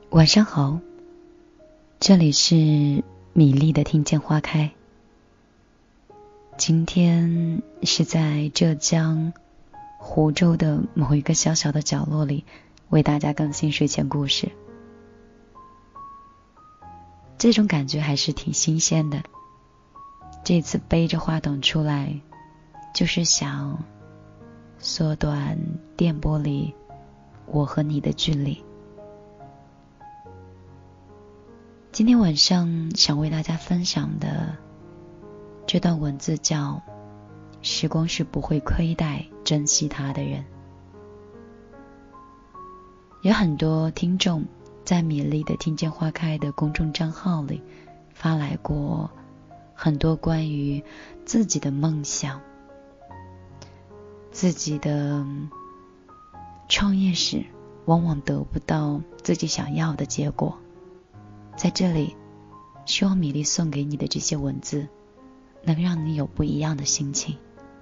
晚上好，这里是米粒的听见花开。今天是在浙江湖州的某一个小小的角落里为大家更新睡前故事，这种感觉还是挺新鲜的。这次背着话筒出来，就是想缩短电波里我和你的距离。今天晚上想为大家分享的这段文字叫时光是不会亏待珍惜它的人。有很多听众在米粒的听见花开的公众账号里发来过很多关于自己的梦想，自己的创业时往往得不到自己想要的结果。在这里，希望米粒送给你的这些文字能让你有不一样的心情。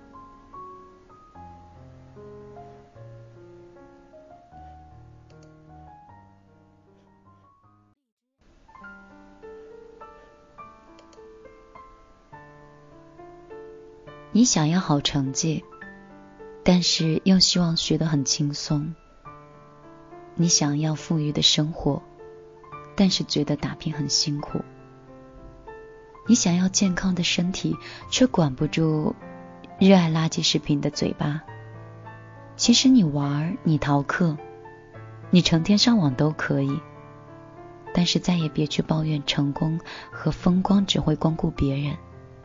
你想要好成绩，但是又希望学得很轻松。你想要富裕的生活，但是觉得打拼很辛苦。你想要健康的身体，却管不住热爱垃圾食品的嘴巴。其实你玩，你逃课，你成天上网都可以，但是再也别去抱怨成功和风光只会光顾别人。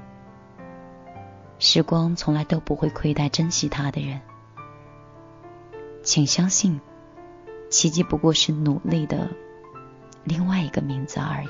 时光从来都不会亏待珍惜它的人。请相信，奇迹不过是努力的另外一个名字而已。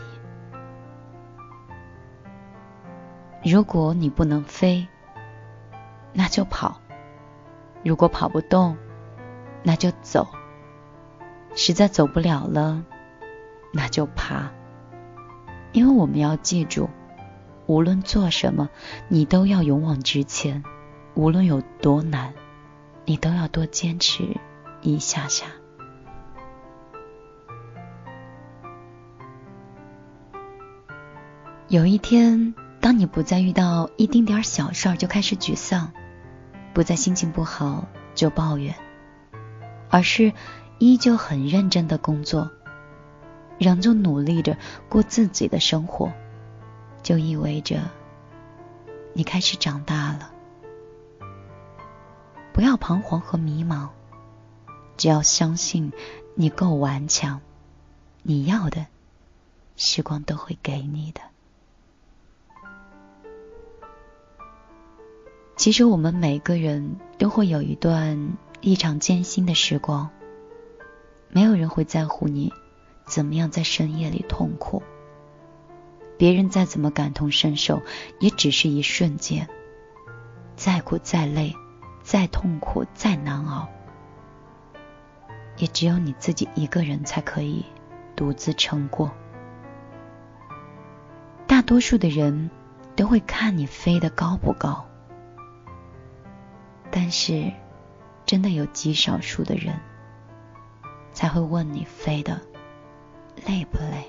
如果你不能飞，那就跑；如果跑不动，那就走；实在走不了了，那就爬。因为我们要记住，无论做什么，你都要勇往直前，无论有多难，你都要多坚持一下下。有一天，当你不再遇到一丁点小事儿就开始沮丧，不再心情不好就抱怨，而是依旧很认真的工作，仍旧努力着过自己的生活，就意味着你开始长大了。不要彷徨和迷茫，只要相信你够顽强，你要的时光都会给你的。其实我们每个人都会有一段异常艰辛的时光，没有人会在乎你怎么样在深夜里痛苦，别人再怎么感同身受，也只是一瞬间。再苦再累，再痛苦再难熬，也只有你自己一个人才可以独自撑过。大多数的人都会看你飞得高不高，但是真的有极少数的人才会问你飞得累不累。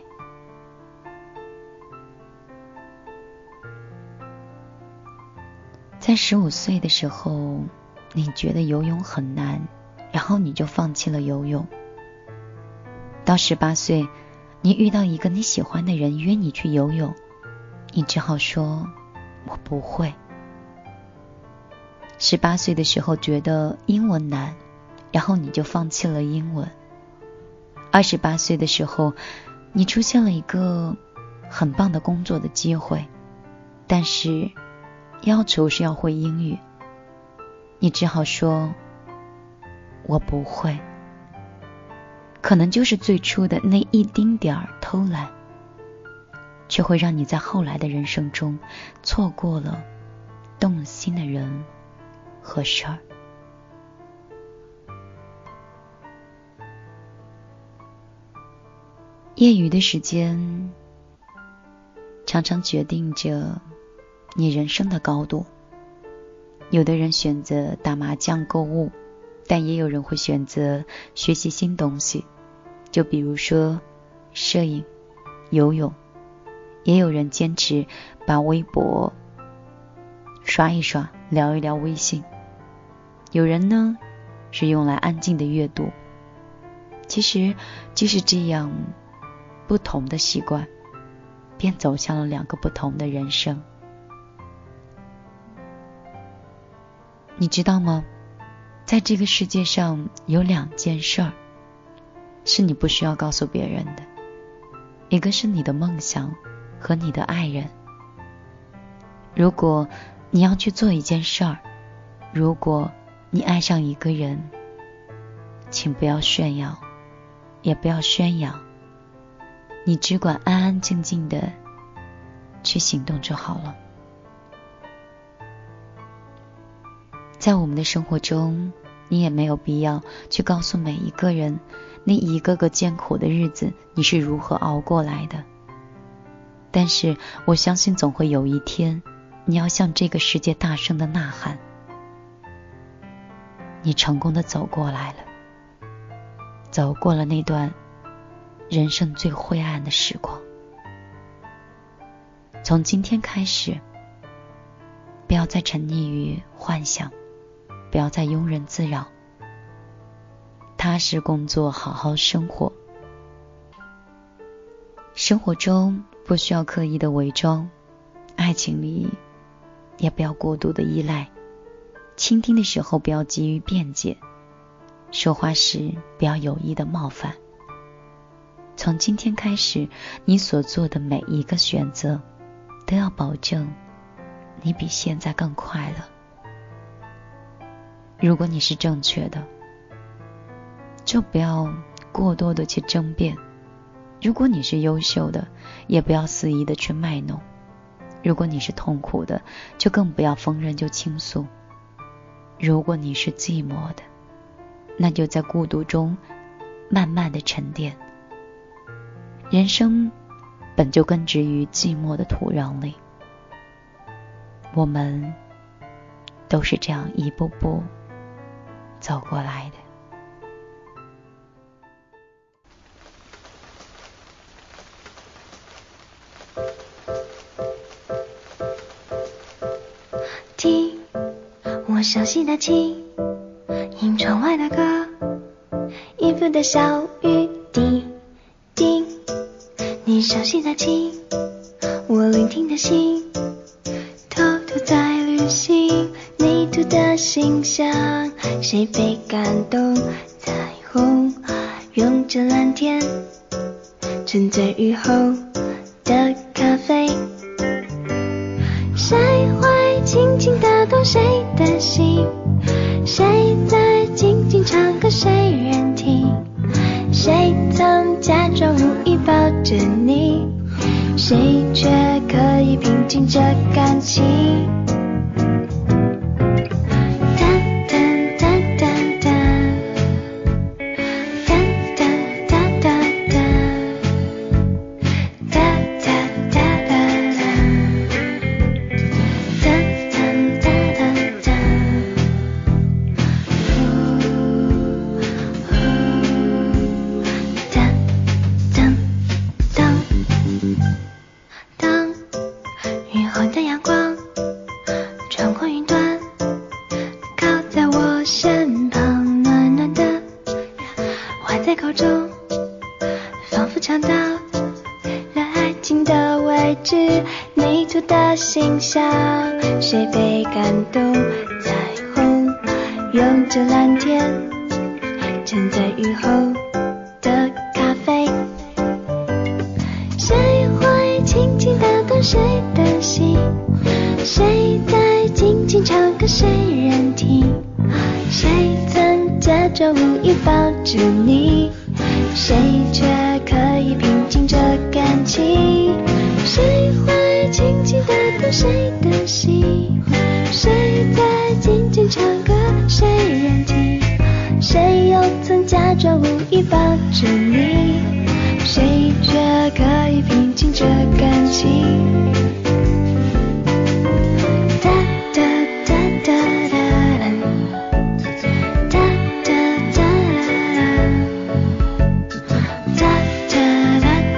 在15岁的时候，你觉得游泳很难，然后你就放弃了游泳。到18岁，你遇到一个你喜欢的人约你去游泳，你只好说我不会。18岁的时候觉得英文难，然后你就放弃了英文。28岁的时候，你出现了一个很棒的工作的机会，但是要求是要会英语，你只好说我不会。可能就是最初的那一丁点儿偷懒，却会让你在后来的人生中错过了动心的人和事儿。业余的时间常常决定着你人生的高度。有的人选择打麻将购物，但也有人会选择学习新东西。就比如说摄影、游泳，也有人坚持把微博刷一刷，聊一聊微信。有人呢是用来安静的阅读。其实就是这样不同的习惯，便走向了两个不同的人生。你知道吗？在这个世界上有2件事儿是你不需要告诉别人的，一个是你的梦想和你的爱人。如果你要去做一件事儿，如果你爱上一个人，请不要炫耀，也不要宣扬，你只管安安静静的去行动就好了。在我们的生活中，你也没有必要去告诉每一个人，那一个个艰苦的日子你是如何熬过来的。但是我相信总会有一天，你要向这个世界大声的呐喊，你成功的走过来了，走过了那段人生最灰暗的时光。从今天开始，不要再沉溺于幻想，不要再庸人自扰，踏实工作，好好生活。生活中不需要刻意的伪装，爱情里也不要过度的依赖，倾听的时候不要急于辩解，说话时不要有意的冒犯。从今天开始，你所做的每一个选择都要保证你比现在更快乐。如果你是正确的，就不要过多的去争辩；如果你是优秀的，也不要肆意的去卖弄；如果你是痛苦的，就更不要逢人就倾诉；如果你是寂寞的，那就在孤独中慢慢的沉淀。人生本就根植于寂寞的土壤里，我们都是这样一步步走过来的。 听我熟悉的琴，听窗外的歌，衣服的小雨滴滴。你熟悉的琴，我聆听的心，偷偷在旅行，泥土的形象，谁被感动？彩虹拥着蓝天，沉醉雨后的咖啡。谁会轻轻打动谁的心？谁在静静唱歌谁人听？谁曾假装无意抱着你？谁却可以平静这感情？形象，谁被感动？彩虹拥着蓝天，沉在雨后的咖啡。谁会轻轻打动谁的心？谁在静静唱歌谁人听？谁曾假装无意抱着你？谁却可以平静这感情？谁会轻轻打动谁的心？谁在静静唱歌谁人听？谁又曾假装无意抱着你？谁却可以平静这感情？哒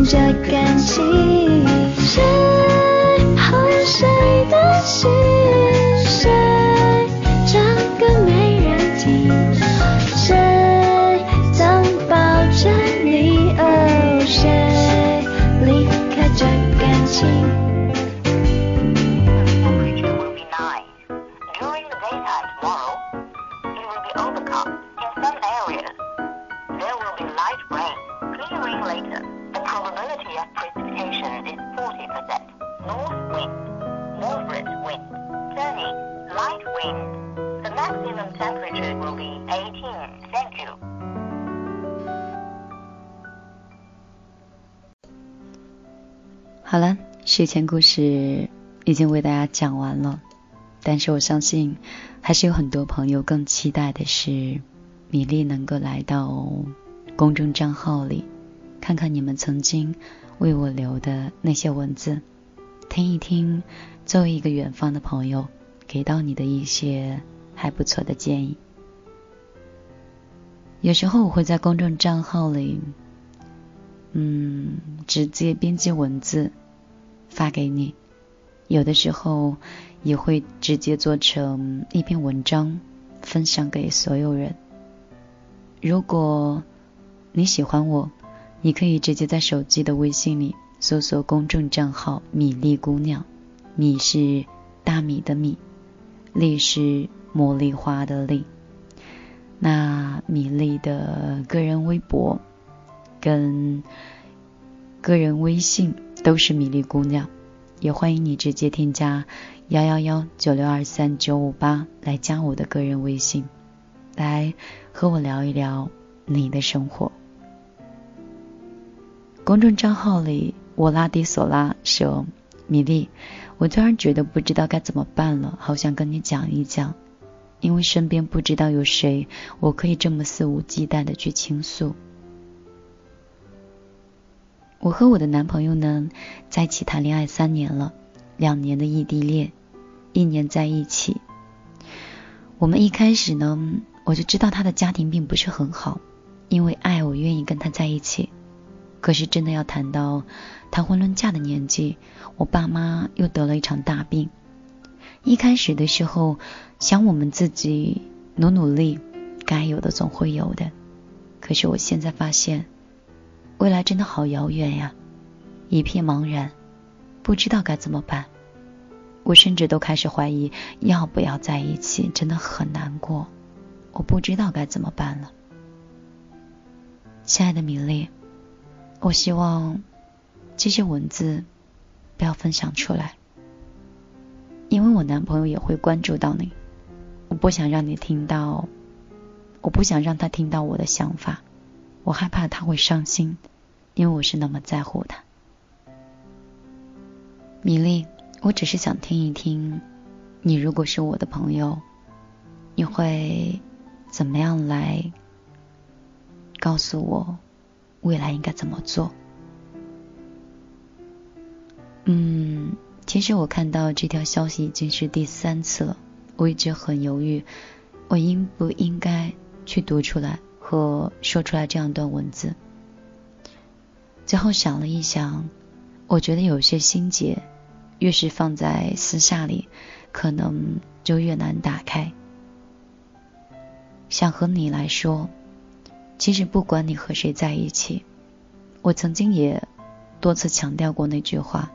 着感情，谁哄谁的心，谁唱歌没人听，谁曾抱着你，哦，谁离开这感情。 好了，睡前故事已经为大家讲完了，但是我相信还是有很多朋友更期待的是米粒能够来到公众账号里看看你们曾经为我留的那些文字，听一听作为一个远方的朋友给到你的一些还不错的建议。有时候我会在公众账号里直接编辑文字发给你，有的时候也会直接做成一篇文章分享给所有人。如果你喜欢我，你可以直接在手机的微信里搜索公众账号米粒姑娘，米是大米的米，粒是茉莉花的粒。那米粒的个人微博跟个人微信都是米粒姑娘，也欢迎你直接添加11196239558来加我的个人微信，来和我聊一聊你的生活。公众账号里我拉迪索拉说，米粒，我突然觉得不知道该怎么办了，好想跟你讲一讲，因为身边不知道有谁我可以这么肆无忌惮的去倾诉。我和我的男朋友呢，在一起谈恋爱3年了，2年的异地恋，1年在一起。我们一开始呢，我就知道他的家庭并不是很好，因为爱我愿意跟他在一起。可是真的要谈到谈婚论嫁的年纪，我爸妈又得了一场大病。一开始的时候想我们自己努力，该有的总会有的。可是我现在发现未来真的好遥远呀，一片茫然，不知道该怎么办。我甚至都开始怀疑要不要在一起，真的很难过，我不知道该怎么办了。亲爱的米粒，我希望这些文字不要分享出来，因为我男朋友也会关注到你，我不想让他听到我的想法，我害怕他会伤心，因为我是那么在乎他。米粒，我只是想听一听，你如果是我的朋友，你会怎么样来告诉我未来应该怎么做？其实我看到这条消息已经是第3次了，我一直很犹豫，我应不应该去读出来和说出来这样一段文字。最后想了一想，我觉得有些心结越是放在私下里，可能就越难打开。想和你来说，其实不管你和谁在一起，我曾经也多次强调过那句话，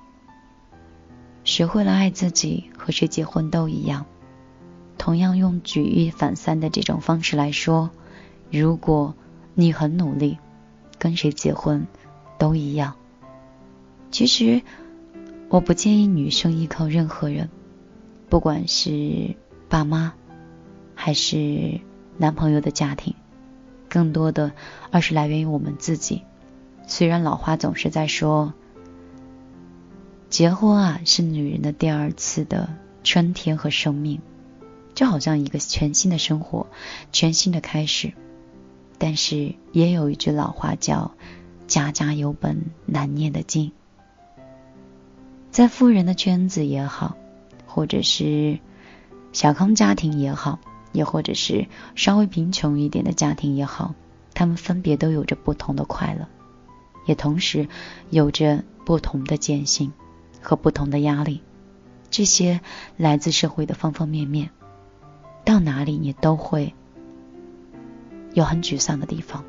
学会了爱自己和谁结婚都一样。同样用举一反三的这种方式来说，如果你很努力，跟谁结婚都一样。其实我不建议女生依靠任何人，不管是爸妈还是男朋友的家庭，更多的而是来源于我们自己。虽然老话总是在说，结婚啊是女人的第2次的春天和生命，就好像一个全新的生活，全新的开始。但是也有一句老话叫家家有本难念的经。在富人的圈子也好，或者是小康家庭也好，也或者是稍微贫穷一点的家庭也好，他们分别都有着不同的快乐。 也同时有着不同的艰辛和不同的压力。这些来自社会的方方面面，到哪里你都会有很沮丧的地方。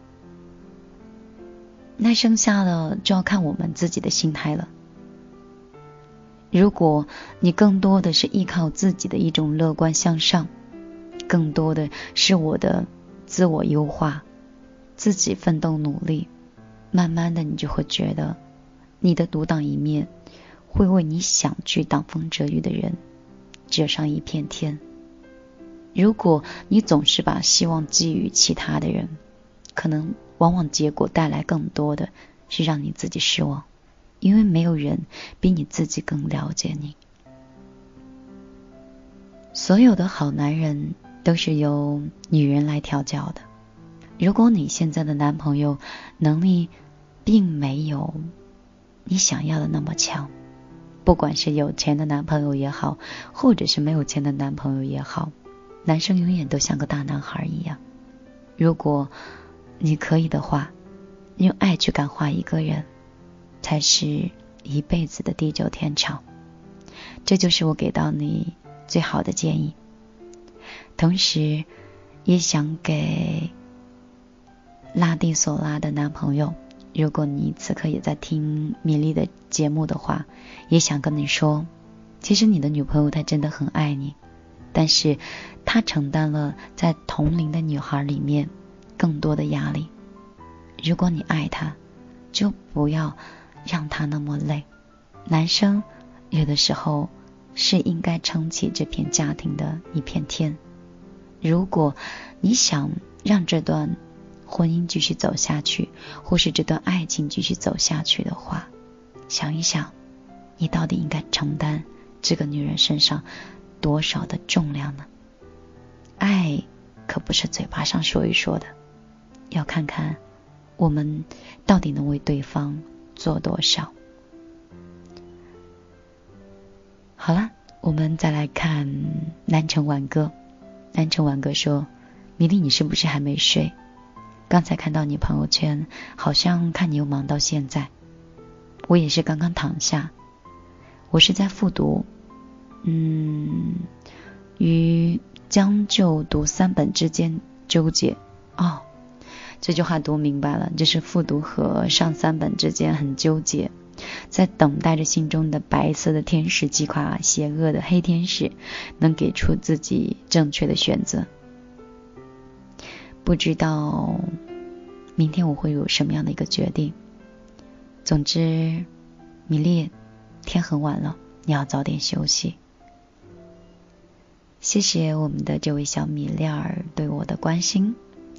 那剩下的就要看我们自己的心态了。如果你更多的是依靠自己的一种乐观向上，更多的是我的自我优化，自己奋斗努力，慢慢的你就会觉得你的独当一面会为你想去挡风遮雨的人遮上一片天。如果你总是把希望寄予其他的人，可能往往结果带来更多的是让你自己失望，因为没有人比你自己更了解你。所有的好男人都是由女人来调教的。如果你现在的男朋友能力并没有你想要的那么强，不管是有钱的男朋友也好，或者是没有钱的男朋友也好，男生永远都像个大男孩一样。如果你可以的话，用爱去感化一个人，才是一辈子的地久天长。这就是我给到你最好的建议。同时也想给拉蒂索拉的男朋友，如果你此刻也在听米粒的节目的话，也想跟你说，其实你的女朋友她真的很爱你，但是她承担了在同龄的女孩里面更多的压力。如果你爱她，就不要让她那么累。男生有的时候是应该撑起这片家庭的一片天。如果你想让这段婚姻继续走下去，或是这段爱情继续走下去的话，想一想，你到底应该承担这个女人身上多少的重量呢？爱可不是嘴巴上说一说的，要看看我们到底能为对方做多少。好了，我们再来看南城晚歌。南城晚歌说，米粒你是不是还没睡？刚才看到你朋友圈，好像看你又忙到现在。我也是刚刚躺下，我是在复读于将就读3本之间纠结。这句话读明白了，就是复读和上3本之间很纠结，在等待着心中的白色的天使击垮邪恶的黑天使，能给出自己正确的选择。不知道明天我会有什么样的一个决定。总之，米粒，天很晚了，你要早点休息。谢谢我们的这位小米粒儿对我的关心。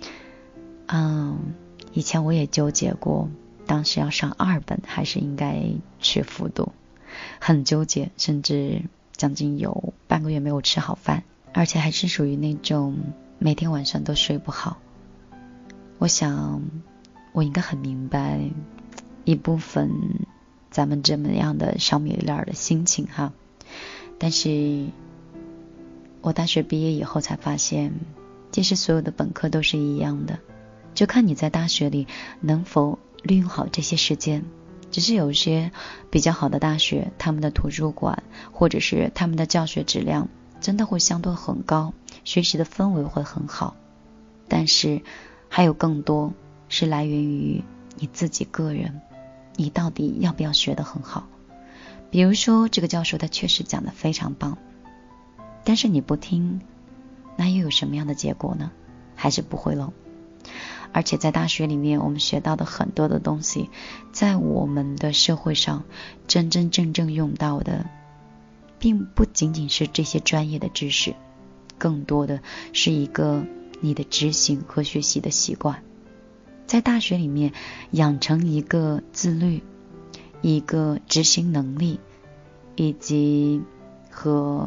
以前我也纠结过，当时要上2本还是应该去复读，很纠结，甚至将近有半个月没有吃好饭，而且还是属于那种每天晚上都睡不好。我想我应该很明白一部分咱们这么样的小米粒儿的心情哈。但是我大学毕业以后才发现，其实所有的本科都是一样的，就看你在大学里能否利用好这些时间。只是有一些比较好的大学，他们的图书馆或者是他们的教学质量真的会相对很高，学习的氛围会很好，但是还有更多是来源于你自己个人，你到底要不要学得很好。比如说这个教授他确实讲得非常棒，但是你不听，那又有什么样的结果呢？还是不会了。而且在大学里面我们学到的很多的东西，在我们的社会上真真正正用到的并不仅仅是这些专业的知识，更多的是一个你的执行和学习的习惯。在大学里面养成一个自律，一个执行能力，以及和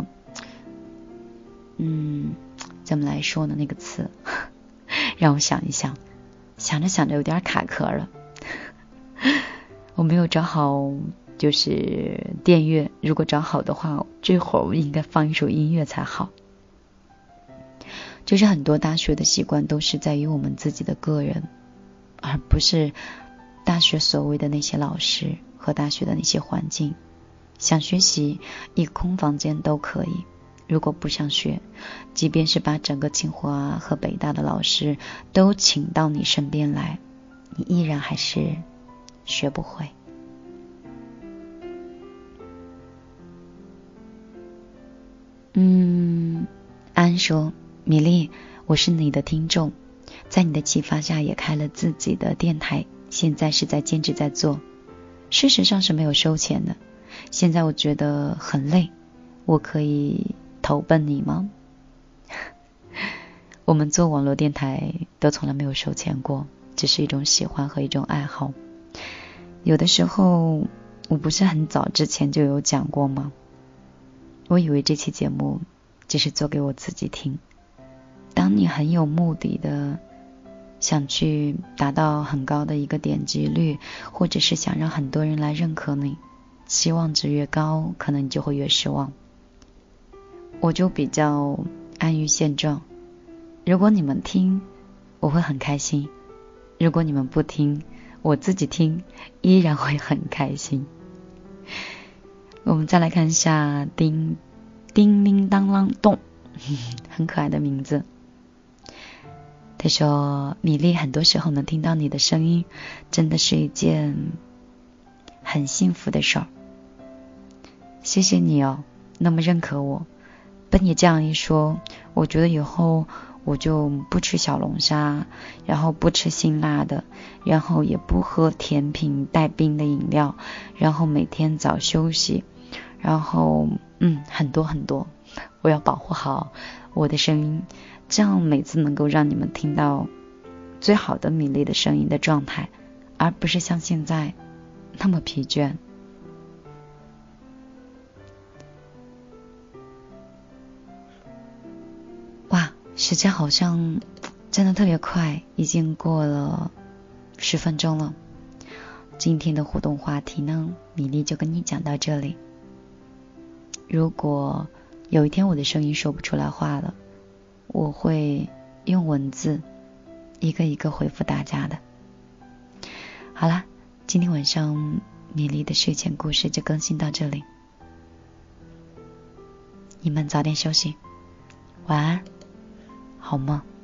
怎么来说呢，那个词让我想一想，想着想着有点卡壳了。我没有找好就是电乐，如果找好的话，这会儿我应该放一首音乐才好。就是很多大学的习惯都是在于我们自己的个人，而不是大学所谓的那些老师和大学的那些环境。想学习一个空房间都可以，如果不想学，即便是把整个清华和北大的老师都请到你身边来，你依然还是学不会。安说，米粒，我是你的听众，在你的启发下也开了自己的电台，现在是在兼职在做，事实上是没有收钱的。现在我觉得很累，我可以投奔你吗？我们做网络电台都从来没有收钱过，只是一种喜欢和一种爱好。有的时候我不是很早之前就有讲过吗？我以为这期节目只是做给我自己听。当你很有目的的想去达到很高的一个点击率，或者是想让很多人来认可你，期望值越高，可能你就会越失望。我就比较安于现状，如果你们听，我会很开心；如果你们不听，我自己听依然会很开心。我们再来看一下叮铃当啷咚，很可爱的名字。他说，米粒，很多时候能听到你的声音真的是一件很幸福的事儿。谢谢你哦，那么认可我。被你这样一说，我觉得以后我就不吃小龙虾，然后不吃辛辣的，然后也不喝甜品带冰的饮料，然后每天早休息，然后很多很多，我要保护好我的声音，这样每次能够让你们听到最好的米粒的声音的状态，而不是像现在那么疲倦。哇，时间好像真的特别快，已经过了10分钟了。今天的互动话题呢，米粒就跟你讲到这里。如果有一天我的声音说不出来话了，我会用文字一个一个回复大家的。好啦，今天晚上米粒的睡前故事就更新到这里，你们早点休息，晚安，好梦。